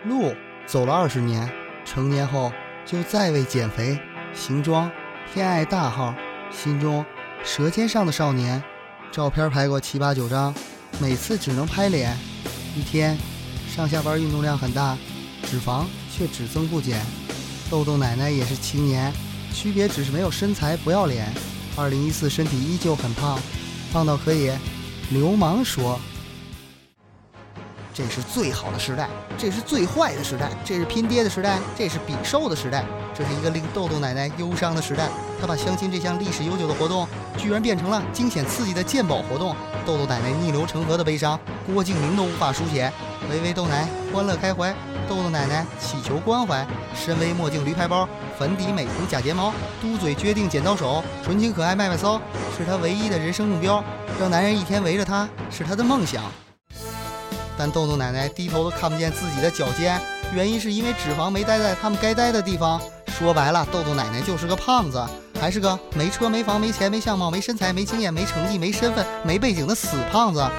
路走了20年，成年后就再为减肥，行装偏爱大号，心中舌尖上的少年。照片拍过7、8、9张，每次只能拍脸，一天上下班运动量很大，脂肪却只增不减。豆豆奶奶也是青年，区别只是没有身材不要脸。2014身体依旧很胖，胖到可以流氓说这是最好的时代，这是最坏的时代，这是拼爹的时代，这是比瘦的时代，这是一个令豆豆奶奶忧伤的时代。她把相亲这项历史悠久的活动居然变成了惊险刺激的鉴宝活动。豆豆奶奶逆流成河的悲伤，郭敬明都无法书写。微微豆奶欢乐开怀，豆豆奶奶祈求关怀。深 V 墨镜驴牌包，粉底美瞳假睫毛，嘟嘴决定剪刀手，纯情可爱卖卖骚，是她唯一的人生目标。让男人一天围着她是她的梦想。但豆豆奶奶低头都看不见自己的脚尖，原因是因为脂肪没待在他们该待的地方。说白了，豆豆奶奶就是个胖子，还是个没车没房没钱没相貌没身材没经验没成绩没身份没背景的死胖子。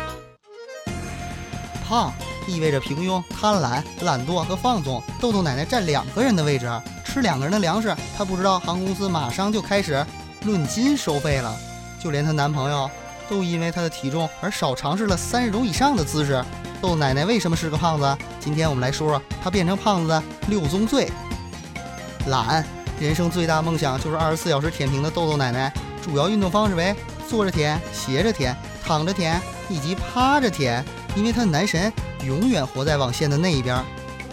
胖意味着平庸、贪婪、懒惰和放纵。豆豆奶奶占2个人的位置，吃2个人的粮食。她不知道航空公司马上就开始论斤收费了，就连她男朋友都因为她的体重而少尝试了30种以上的姿势。豆豆奶奶为什么是个胖子？今天我们来说说她变成胖子的6宗罪。懒，人生最大梦想就是24小时舔屏的豆豆奶奶，主要运动方式为坐着舔、斜着舔、躺着舔以及趴着舔，因为她的男神永远活在网线的那一边。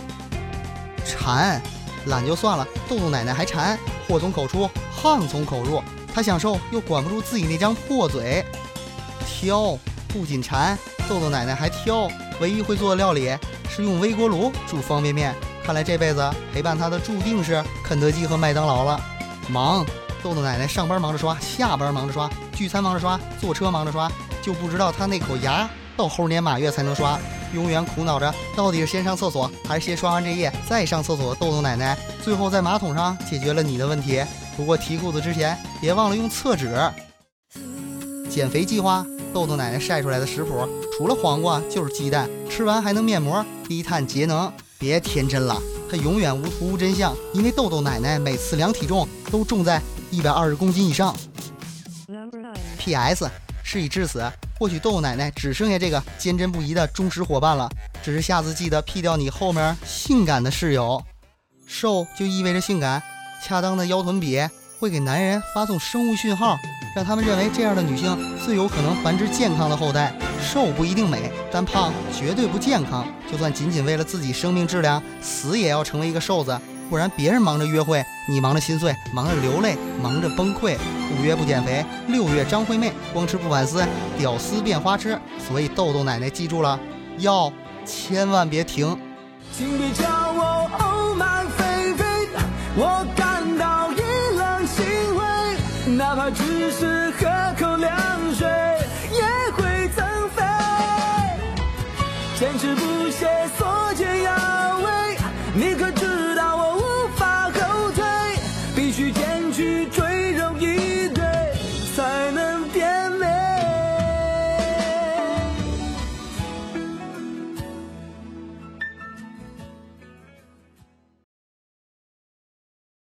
馋，懒就算了，豆豆奶奶还馋，祸从口出，汗从口入，她想瘦又管不住自己那张破嘴。挑，不仅馋，豆豆奶奶还挑，唯一会做的料理是用微锅炉煮方便面。看来这辈子陪伴她的注定是肯德基和麦当劳了。忙，豆豆奶奶上班忙着刷，下班忙着刷，聚餐忙着刷，坐车忙着刷，就不知道她那口牙到猴年马月才能刷，永远苦恼着到底是先上厕所还是先刷完这页再上厕所的豆豆奶奶，最后在马桶上解决了你的问题。不过提裤子之前别忘了用厕纸。减肥计划，豆豆奶奶晒出来的食谱除了黄瓜就是鸡蛋，吃完还能面膜，低碳节能。别天真了，她永远无图无真相，因为豆豆奶奶每次量体重都重在120公斤以上。PS 事已至此，或许豆豆奶奶只剩下这个坚贞不移的忠实伙伴了，只是下次记得 P 掉你后面性感的室友。瘦就意味着性感，恰当的腰臀比会给男人发送生物讯号，让他们认为这样的女性最有可能繁殖健康的后代。瘦不一定美，但胖绝对不健康，就算仅仅为了自己生命质量，死也要成为一个瘦子，不然别人忙着约会，你忙着心碎，忙着流泪，忙着崩溃。5月不减肥，6月张惠妹，光吃不反思，屌丝变花痴。所以豆豆奶奶记住了，要千万别停。 请别叫我欧曼菲菲，我感到一冷心灰，哪怕只是